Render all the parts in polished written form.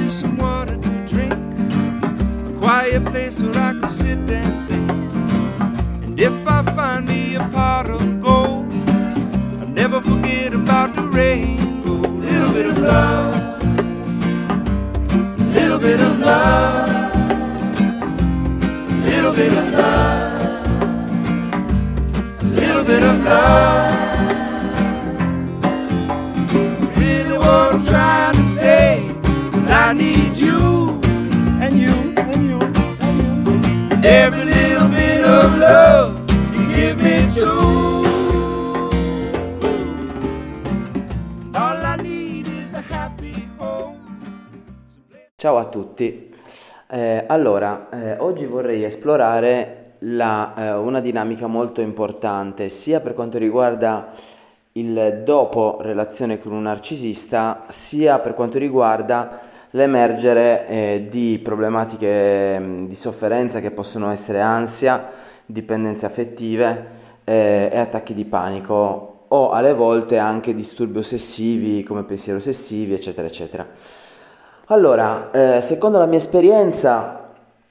me some water to drink, a quiet place where I could sit and think. And if I find me a pot of gold, I'll never forget about the rainbow. Little bit of love, little bit of love, little bit of love, little bit of love. Really what I'm trying to say is I need you and you and you and you. Every little bit of love you give me too. All I need is a happy home. Ciao a tutti. Oggi vorrei esplorare una dinamica molto importante sia per quanto riguarda il dopo relazione con un narcisista, sia per quanto riguarda l'emergere di problematiche di sofferenza che possono essere ansia, dipendenze affettive e attacchi di panico, o alle volte anche disturbi ossessivi come pensieri ossessivi, eccetera, eccetera. Secondo la mia esperienza,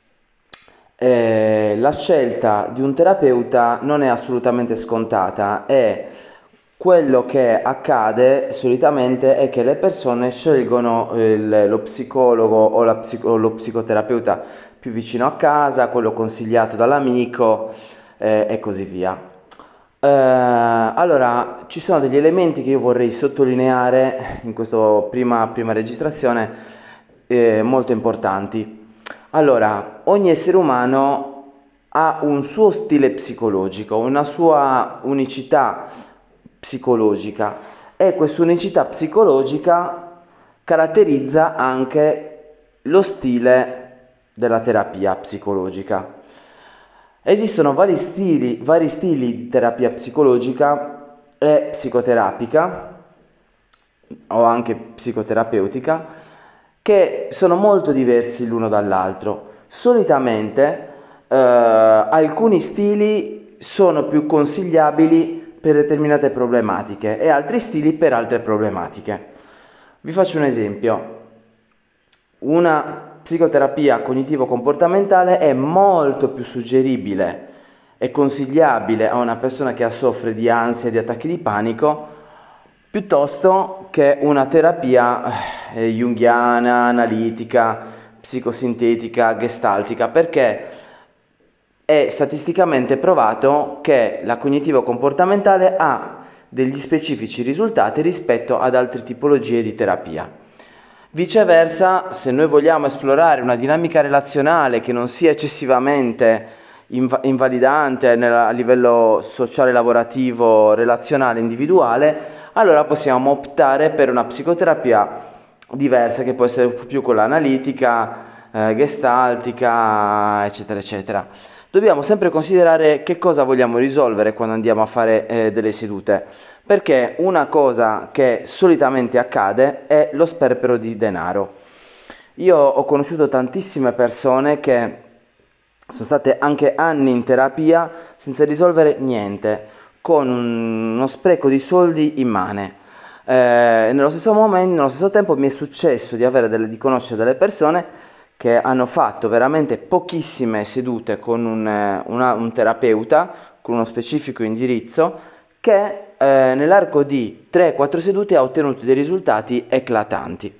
la scelta di un terapeuta non è assolutamente scontata e quello che accade solitamente è che le persone scelgono lo psicologo o lo psicoterapeuta più vicino a casa, quello consigliato dall'amico e così via. Ci sono degli elementi che io vorrei sottolineare in questa prima registrazione molto importanti. Ogni essere umano ha un suo stile psicologico, una sua unicità psicologica e questa unicità psicologica caratterizza anche lo stile della terapia psicologica. Esistono vari stili di terapia psicologica e psicoterapica o anche psicoterapeutica che sono molto diversi l'uno dall'altro. Solitamente alcuni stili sono più consigliabili per determinate problematiche e altri stili per altre problematiche. Vi faccio un esempio. Una psicoterapia cognitivo-comportamentale è molto più suggeribile e consigliabile a una persona che soffre di ansia e di attacchi di panico piuttosto che una terapia junghiana, analitica, psicosintetica, gestaltica, perché è statisticamente provato che la cognitivo-comportamentale ha degli specifici risultati rispetto ad altre tipologie di terapia. Viceversa, se noi vogliamo esplorare una dinamica relazionale che non sia eccessivamente invalidante a livello sociale, lavorativo, relazionale, individuale, allora possiamo optare per una psicoterapia diversa che può essere più con l'analitica, gestaltica, eccetera, eccetera. Dobbiamo sempre considerare che cosa vogliamo risolvere quando andiamo a fare delle sedute, perché una cosa che solitamente accade è lo sperpero di denaro. Io ho conosciuto tantissime persone che sono state anche anni in terapia senza risolvere niente, con uno spreco di soldi immane. Nello stesso tempo mi è successo di conoscere delle persone che hanno fatto veramente pochissime sedute con un terapeuta, con uno specifico indirizzo, che nell'arco di 3-4 sedute ha ottenuto dei risultati eclatanti.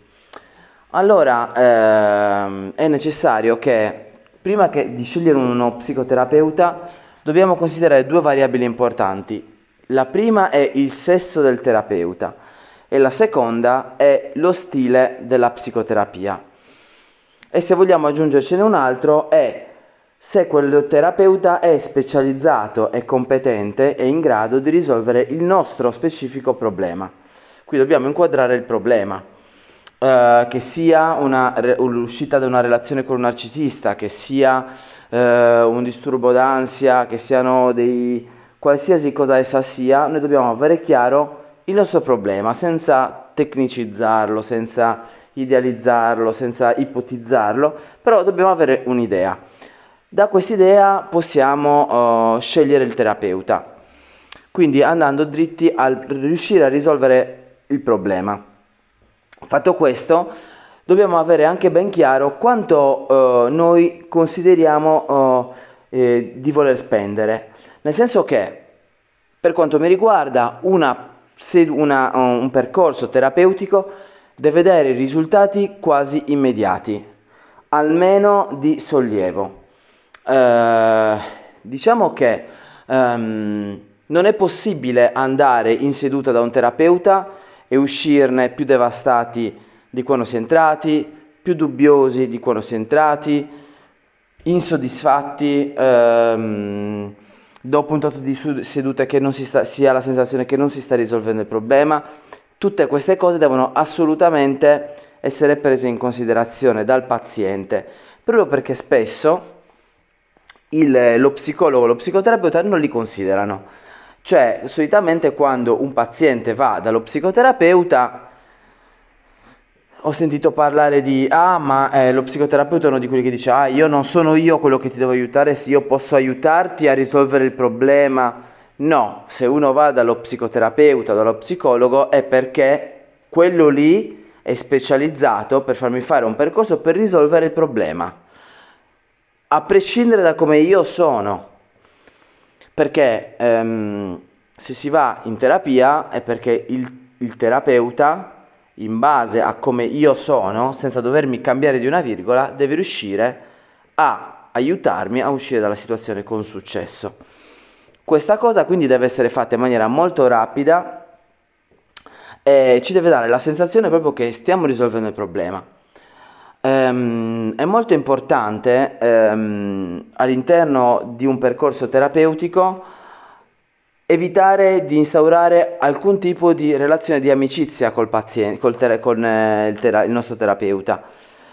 È necessario che, prima di scegliere uno psicoterapeuta, dobbiamo considerare due variabili importanti. La prima è il sesso del terapeuta e la seconda è lo stile della psicoterapia. E se vogliamo aggiungercene un altro è se quel terapeuta è specializzato e competente e in grado di risolvere il nostro specifico problema. Qui dobbiamo inquadrare il problema, che sia l'uscita da una relazione con un narcisista, che sia un disturbo d'ansia, che siano qualsiasi cosa essa sia, noi dobbiamo avere chiaro il nostro problema senza tecnicizzarlo, senza idealizzarlo, senza ipotizzarlo, però dobbiamo avere un'idea. Da quest'idea possiamo scegliere il terapeuta, quindi andando dritti a riuscire a risolvere il problema. Fatto questo, dobbiamo avere anche ben chiaro quanto noi consideriamo di voler spendere. Nel senso che, per quanto mi riguarda, un percorso terapeutico deve dare risultati quasi immediati, almeno di sollievo. Diciamo che non è possibile andare in seduta da un terapeuta e uscirne più devastati di quando si è entrati, più dubbiosi di quando si è entrati, insoddisfatti, dopo un tot di sedute che si ha la sensazione che non si sta risolvendo il problema. Tutte queste cose devono assolutamente essere prese in considerazione dal paziente, proprio perché spesso lo psicologo, lo psicoterapeuta non li considerano. Cioè, solitamente quando un paziente va dallo psicoterapeuta, ho sentito parlare di lo psicoterapeuta è uno di quelli che dice io non sono io quello che ti devo aiutare, se io posso aiutarti a risolvere il problema. No, se uno va dallo psicoterapeuta, dallo psicologo, è perché quello lì è specializzato per farmi fare un percorso per risolvere il problema, a prescindere da come io sono. Perché se si va in terapia è perché il terapeuta, in base a come io sono, senza dovermi cambiare di una virgola, deve riuscire a aiutarmi a uscire dalla situazione con successo. Questa cosa quindi deve essere fatta in maniera molto rapida e ci deve dare la sensazione proprio che stiamo risolvendo il problema. È molto importante all'interno di un percorso terapeutico evitare di instaurare alcun tipo di relazione di amicizia col paziente, il nostro terapeuta.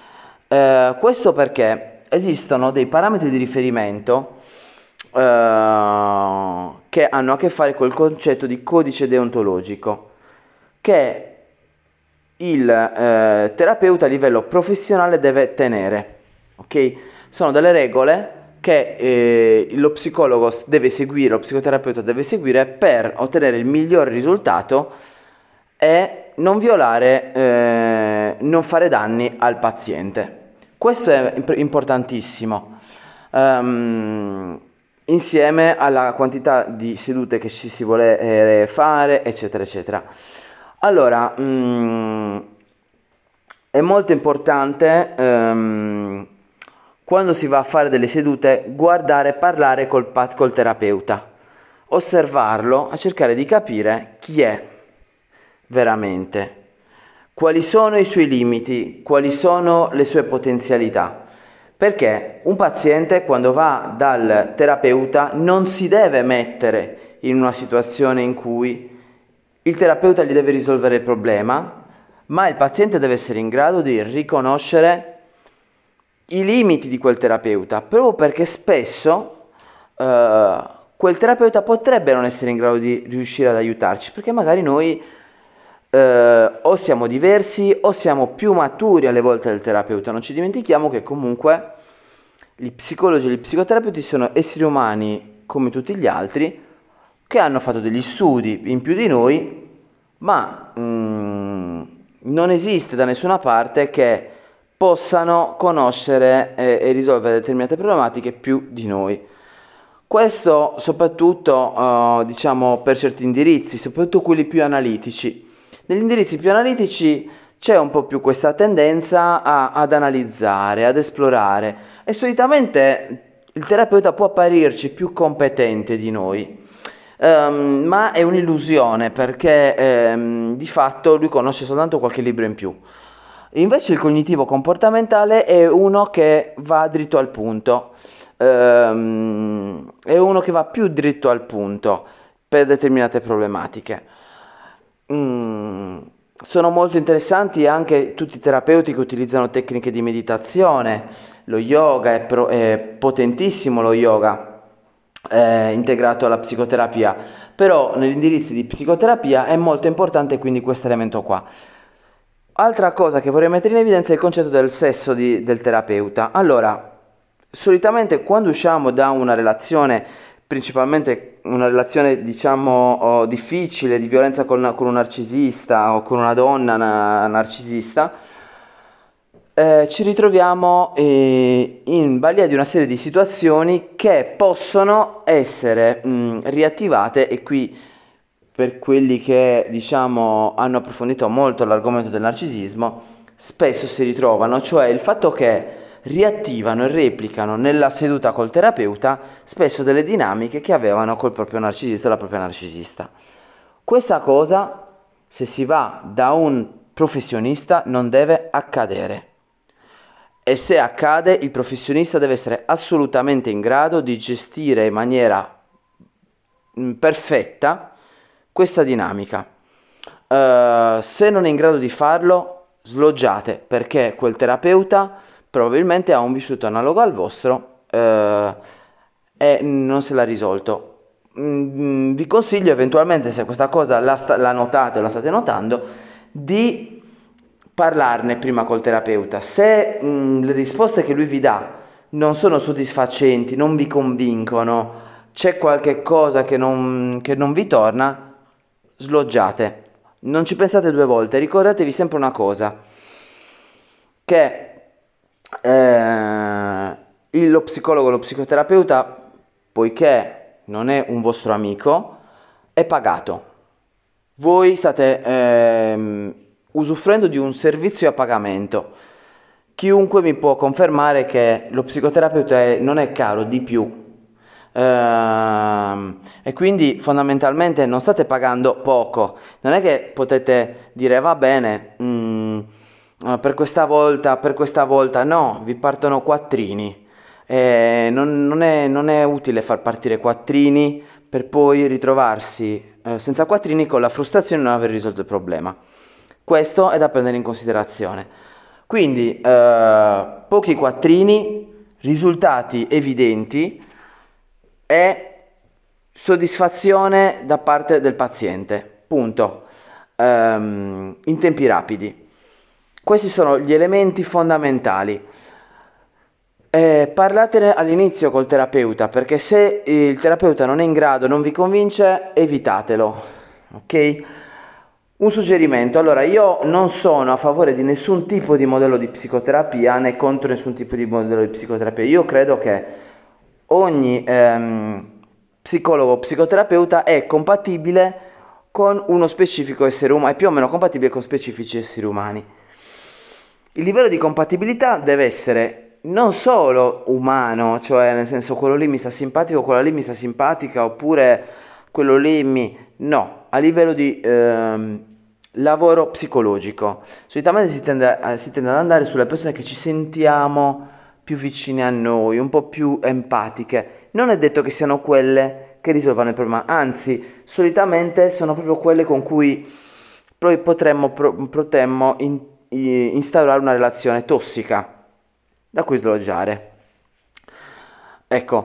Questo perché esistono dei parametri di riferimento che hanno a che fare col concetto di codice deontologico, che il terapeuta a livello professionale deve tenere, ok? Sono delle regole che lo psicologo deve seguire, lo psicoterapeuta deve seguire per ottenere il miglior risultato e non violare, non fare danni al paziente. Questo è importantissimo, insieme alla quantità di sedute che ci si vuole fare, eccetera, eccetera. Allora, è molto importante quando si va a fare delle sedute guardare, parlare col terapeuta, osservarlo, a cercare di capire chi è veramente, quali sono i suoi limiti, quali sono le sue potenzialità. Perché un paziente quando va dal terapeuta non si deve mettere in una situazione in cui il terapeuta gli deve risolvere il problema, ma il paziente deve essere in grado di riconoscere i limiti di quel terapeuta, proprio perché spesso quel terapeuta potrebbe non essere in grado di riuscire ad aiutarci, perché magari noi o siamo diversi o siamo più maturi alle volte del terapeuta. Non ci dimentichiamo che comunque gli psicologi e gli psicoterapeuti sono esseri umani come tutti gli altri, che hanno fatto degli studi in più di noi, ma non esiste da nessuna parte che possano conoscere e risolvere determinate problematiche più di noi. Questo soprattutto diciamo per certi indirizzi, soprattutto quelli più analitici. Negli indirizzi più analitici c'è un po' più questa tendenza ad analizzare, ad esplorare, e solitamente il terapeuta può apparirci più competente di noi. Ma è un'illusione, perché di fatto lui conosce soltanto qualche libro in più. Invece il cognitivo comportamentale è uno che va dritto al punto, è uno che va più dritto al punto per determinate problematiche. Sono molto interessanti anche tutti i terapeuti che utilizzano tecniche di meditazione. Lo yoga è potentissimo, lo yoga integrato alla psicoterapia, però negli indirizzi di psicoterapia è molto importante quindi questo elemento qua. Altra cosa che vorrei mettere in evidenza è il concetto del sesso del terapeuta. Allora, solitamente quando usciamo da una relazione, principalmente una relazione diciamo difficile, di violenza con un narcisista o con una donna narcisista, ci ritroviamo in balia di una serie di situazioni che possono essere riattivate, e qui per quelli che diciamo hanno approfondito molto l'argomento del narcisismo spesso si ritrovano, cioè il fatto che riattivano e replicano nella seduta col terapeuta spesso delle dinamiche che avevano col proprio narcisista o la propria narcisista. Questa cosa, se si va da un professionista, non deve accadere. E se accade, il professionista deve essere assolutamente in grado di gestire in maniera perfetta questa dinamica. Se non è in grado di farlo, sloggiate, perché quel terapeuta probabilmente ha un vissuto analogo al vostro e non se l'ha risolto. Vi consiglio eventualmente, se questa cosa la notate o la state notando, di parlarne prima col terapeuta. Se le risposte che lui vi dà non sono soddisfacenti, non vi convincono, c'è qualche cosa che non vi torna, sloggiate. Non ci pensate due volte, ricordatevi sempre una cosa, che lo psicologo, lo psicoterapeuta, poiché non è un vostro amico, è pagato. Voi state usufruendo di un servizio a pagamento. Chiunque mi può confermare che lo psicoterapeuta non è caro, di più. E quindi fondamentalmente non state pagando poco. Non è che potete dire va bene, per questa volta no, vi partono quattrini. Non è utile far partire quattrini per poi ritrovarsi senza quattrini con la frustrazione di non aver risolto il problema. Questo è da prendere in considerazione. Quindi pochi quattrini, risultati evidenti e soddisfazione da parte del paziente. Punto. In tempi rapidi. Questi sono gli elementi fondamentali. Parlatene all'inizio col terapeuta, perché se il terapeuta non è in grado, non vi convince, evitatelo, ok? Un suggerimento: allora, io non sono a favore di nessun tipo di modello di psicoterapia né contro nessun tipo di modello di psicoterapia. Io credo che ogni psicologo o psicoterapeuta è compatibile con uno specifico essere umano, è più o meno compatibile con specifici esseri umani. Il livello di compatibilità deve essere non solo umano, cioè nel senso quello lì mi sta simpatico, quella lì mi sta simpatica, oppure quello lì no, a livello di lavoro psicologico. Solitamente si tende ad andare sulle persone che ci sentiamo più vicine a noi, un po' più empatiche. Non è detto che siano quelle che risolvano il problema, anzi solitamente sono proprio quelle con cui poi potremmo instaurare una relazione tossica da cui sloggiare. Ecco,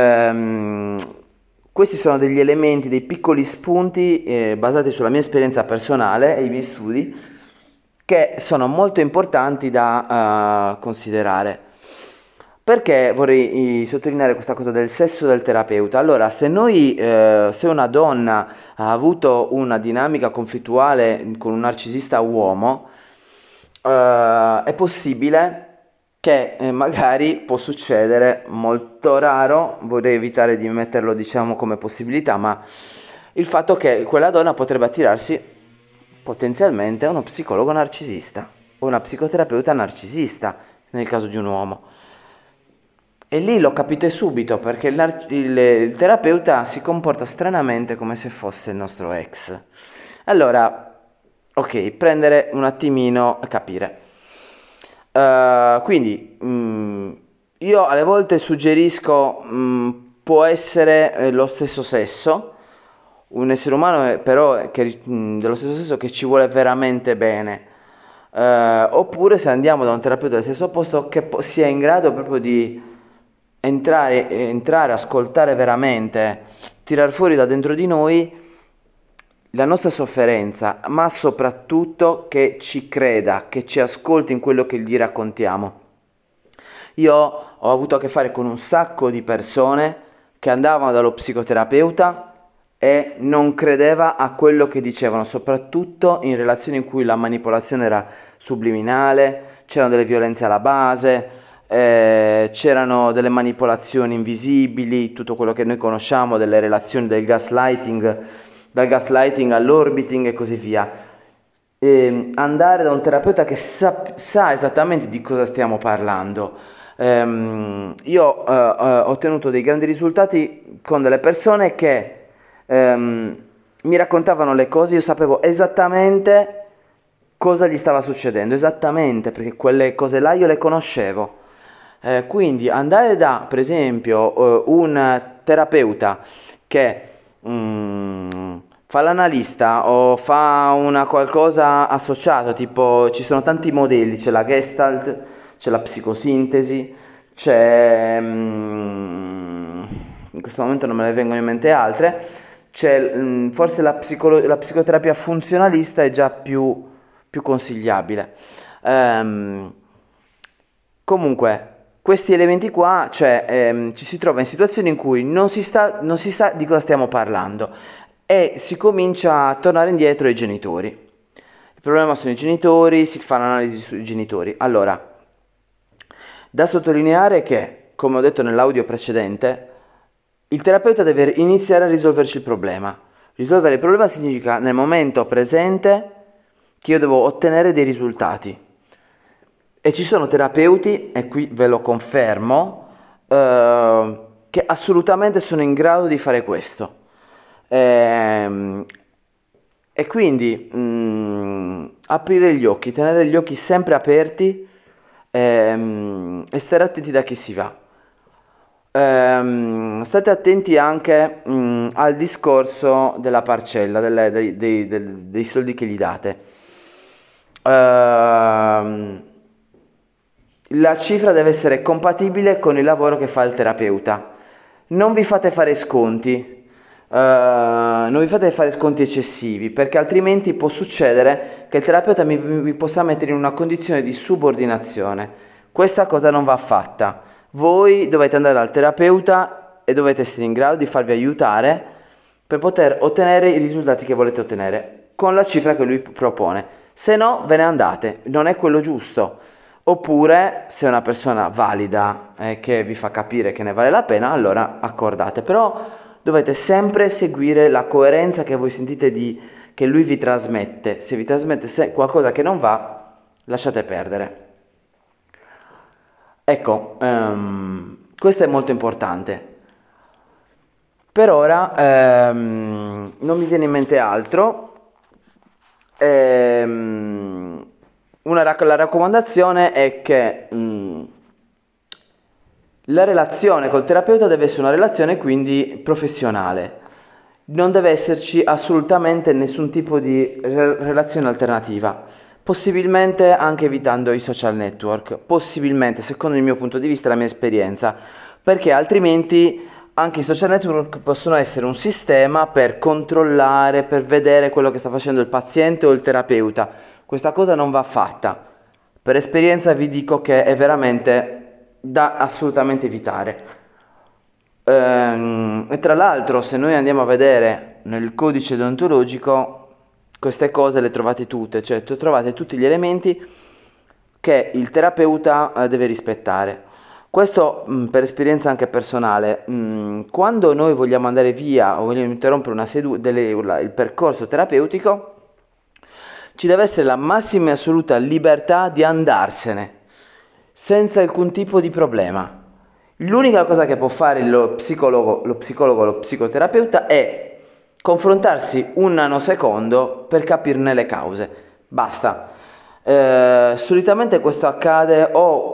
questi sono degli elementi, dei piccoli spunti basati sulla mia esperienza personale e i miei studi, che sono molto importanti da considerare. Perché vorrei sottolineare questa cosa del sesso del terapeuta? Allora, se una donna ha avuto una dinamica conflittuale con un narcisista uomo, è possibile che magari può succedere, molto raro, vorrei evitare di metterlo diciamo come possibilità, ma il fatto che quella donna potrebbe attirarsi potenzialmente a uno psicologo narcisista o una psicoterapeuta narcisista nel caso di un uomo. E lì lo capite subito, perché il terapeuta si comporta stranamente come se fosse il nostro ex. Allora, ok, prendere un attimino a capire. Quindi io alle volte suggerisco può essere lo stesso sesso, un essere umano però dello stesso sesso che ci vuole veramente bene, oppure se andiamo da un terapeuta del sesso opposto che sia in grado proprio di entrare, ascoltare veramente, tirar fuori da dentro di noi la nostra sofferenza, ma soprattutto che ci creda, che ci ascolti in quello che gli raccontiamo. Io ho avuto a che fare con un sacco di persone che andavano dallo psicoterapeuta e non credeva a quello che dicevano, soprattutto in relazioni in cui la manipolazione era subliminale, c'erano delle violenze alla base, c'erano delle manipolazioni invisibili, tutto quello che noi conosciamo delle relazioni del gaslighting, dal gaslighting all'orbiting e così via. Andare da un terapeuta che sa esattamente di cosa stiamo parlando. Io ho ottenuto dei grandi risultati con delle persone che mi raccontavano le cose, io sapevo esattamente cosa gli stava succedendo, esattamente, perché quelle cose là io le conoscevo. Quindi andare da, per esempio, un terapeuta che fa l'analista o fa una qualcosa associato, tipo ci sono tanti modelli, c'è la Gestalt, c'è la psicosintesi, c'è in questo momento non me ne vengono in mente altre, c'è forse la psicoterapia funzionalista è già più consigliabile. Comunque questi elementi qua, cioè ci si trova in situazioni in cui non si sa di cosa stiamo parlando e si comincia a tornare indietro ai genitori. Il problema sono i genitori, si fa l'analisi sui genitori. Allora, da sottolineare che, come ho detto nell'audio precedente, il terapeuta deve iniziare a risolverci il problema. Risolvere il problema significa nel momento presente che io devo ottenere dei risultati. E ci sono terapeuti, e qui ve lo confermo, che assolutamente sono in grado di fare questo. E quindi aprire gli occhi, tenere gli occhi sempre aperti e stare attenti da chi si va. State attenti anche al discorso della parcella, dei soldi che gli date. La cifra deve essere compatibile con il lavoro che fa il terapeuta. Non vi fate fare sconti, eccessivi, perché altrimenti può succedere che il terapeuta vi possa mettere in una condizione di subordinazione. Questa cosa non va fatta. Voi dovete andare dal terapeuta e dovete essere in grado di farvi aiutare per poter ottenere i risultati che volete ottenere con la cifra che lui propone. Se no, ve ne andate, non è quello giusto. Oppure, se è una persona valida che vi fa capire che ne vale la pena, allora accordate. Però dovete sempre seguire la coerenza che voi sentite che lui vi trasmette. Se vi trasmette qualcosa che non va, lasciate perdere. Ecco, questo è molto importante. Per ora non mi viene in mente altro. La raccomandazione è che la relazione col terapeuta deve essere una relazione quindi professionale. Non deve esserci assolutamente nessun tipo di relazione alternativa. Possibilmente anche evitando i social network. Possibilmente, secondo il mio punto di vista e la mia esperienza. Perché altrimenti anche i social network possono essere un sistema per controllare, per vedere quello che sta facendo il paziente o il terapeuta. Questa cosa non va fatta. Per esperienza vi dico che è veramente da assolutamente evitare. E tra l'altro, se noi andiamo a vedere nel codice deontologico, queste cose le trovate tutte, cioè trovate tutti gli elementi che il terapeuta deve rispettare. Questo per esperienza anche personale. Quando noi vogliamo andare via o vogliamo interrompere il percorso terapeutico, ci deve essere la massima e assoluta libertà di andarsene, senza alcun tipo di problema. L'unica cosa che può fare lo psicologo, lo psicoterapeuta è confrontarsi un nanosecondo per capirne le cause. Basta. Solitamente questo accade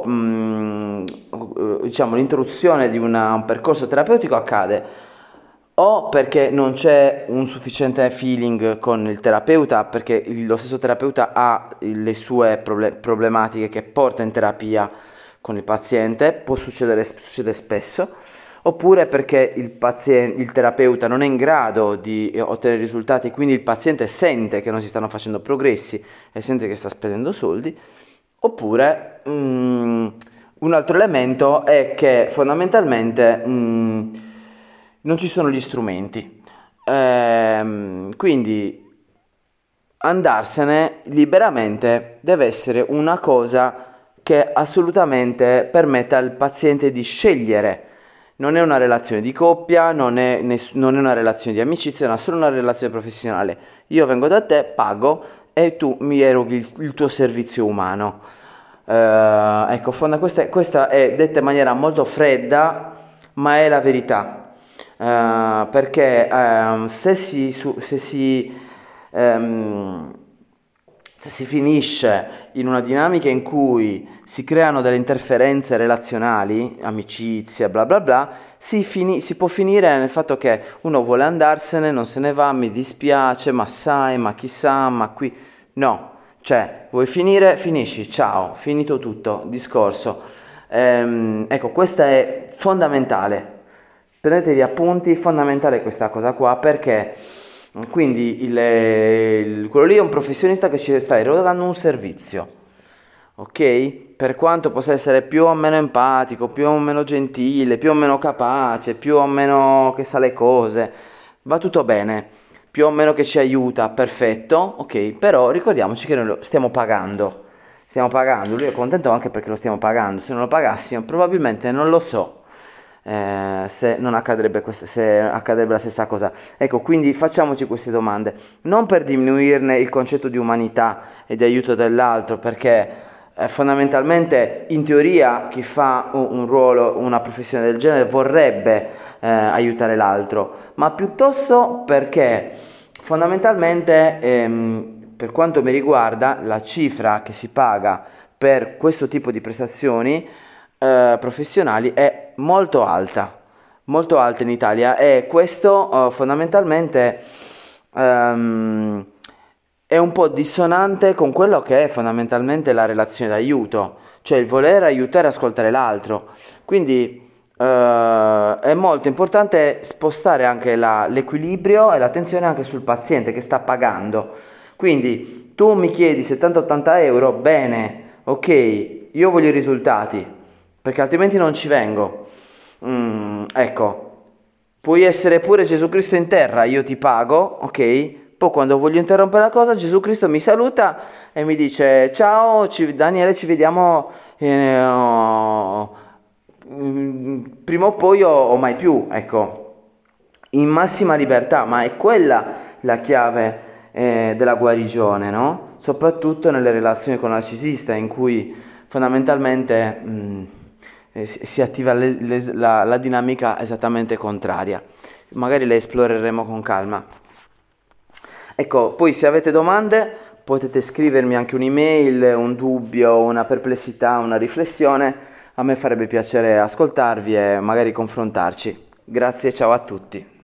diciamo l'interruzione di un percorso terapeutico accade o perché non c'è un sufficiente feeling con il terapeuta, perché lo stesso terapeuta ha le sue problematiche che porta in terapia con il paziente, succede spesso, oppure perché il terapeuta non è in grado di ottenere risultati, quindi il paziente sente che non si stanno facendo progressi e sente che sta spendendo soldi, oppure un altro elemento è che fondamentalmente non ci sono gli strumenti, quindi andarsene liberamente deve essere una cosa che assolutamente permetta al paziente di scegliere. Non è una relazione di coppia, non è una relazione di amicizia, è solo una relazione professionale. Io vengo da te, pago e tu mi eroghi il tuo servizio umano. Ecco, questa è detta in maniera molto fredda, ma è la verità. Perché se si finisce in una dinamica in cui si creano delle interferenze relazionali, amicizia, bla bla bla, si può finire nel fatto che uno vuole andarsene, non se ne va, mi dispiace, ma sai, ma chissà, ma qui... No, cioè, vuoi finire, finisci, ciao, finito tutto, discorso. Ecco, questa è fondamentale. Prendetevi appunti, fondamentale questa cosa qua, perché quindi quello lì è un professionista che ci sta erogando un servizio, ok? Per quanto possa essere più o meno empatico, più o meno gentile, più o meno capace, più o meno che sa le cose, va tutto bene, più o meno che ci aiuta, perfetto, ok? Però ricordiamoci che noi lo stiamo pagando, lui è contento anche perché lo stiamo pagando, se non lo pagassimo probabilmente non lo so. Se non accadrebbe se accadrebbe la stessa cosa. Ecco, quindi facciamoci queste domande, non per diminuirne il concetto di umanità e di aiuto dell'altro, perché fondamentalmente in teoria chi fa un ruolo, una professione del genere vorrebbe aiutare l'altro, ma piuttosto perché fondamentalmente per quanto mi riguarda la cifra che si paga per questo tipo di prestazioni professionali è molto alta in Italia, e questo fondamentalmente è un po' dissonante con quello che è fondamentalmente la relazione d'aiuto, cioè il voler aiutare e ascoltare l'altro. Quindi è molto importante spostare anche l'equilibrio e l'attenzione anche sul paziente che sta pagando. Quindi tu mi chiedi 70-80 euro, bene, ok, io voglio i risultati, perché altrimenti non ci vengo. Ecco, puoi essere pure Gesù Cristo in terra, io ti pago, ok? Poi quando voglio interrompere la cosa, Gesù Cristo mi saluta e mi dice ciao, Daniele, ci vediamo prima o poi o mai più, ecco, in massima libertà, ma è quella la chiave della guarigione, no? Soprattutto nelle relazioni con il narcisista, in cui fondamentalmente si attiva la dinamica esattamente contraria. Magari le esploreremo con calma. Ecco, poi se avete domande potete scrivermi anche un'email, un dubbio, una perplessità, una riflessione. A me farebbe piacere ascoltarvi e magari confrontarci. Grazie, ciao a tutti.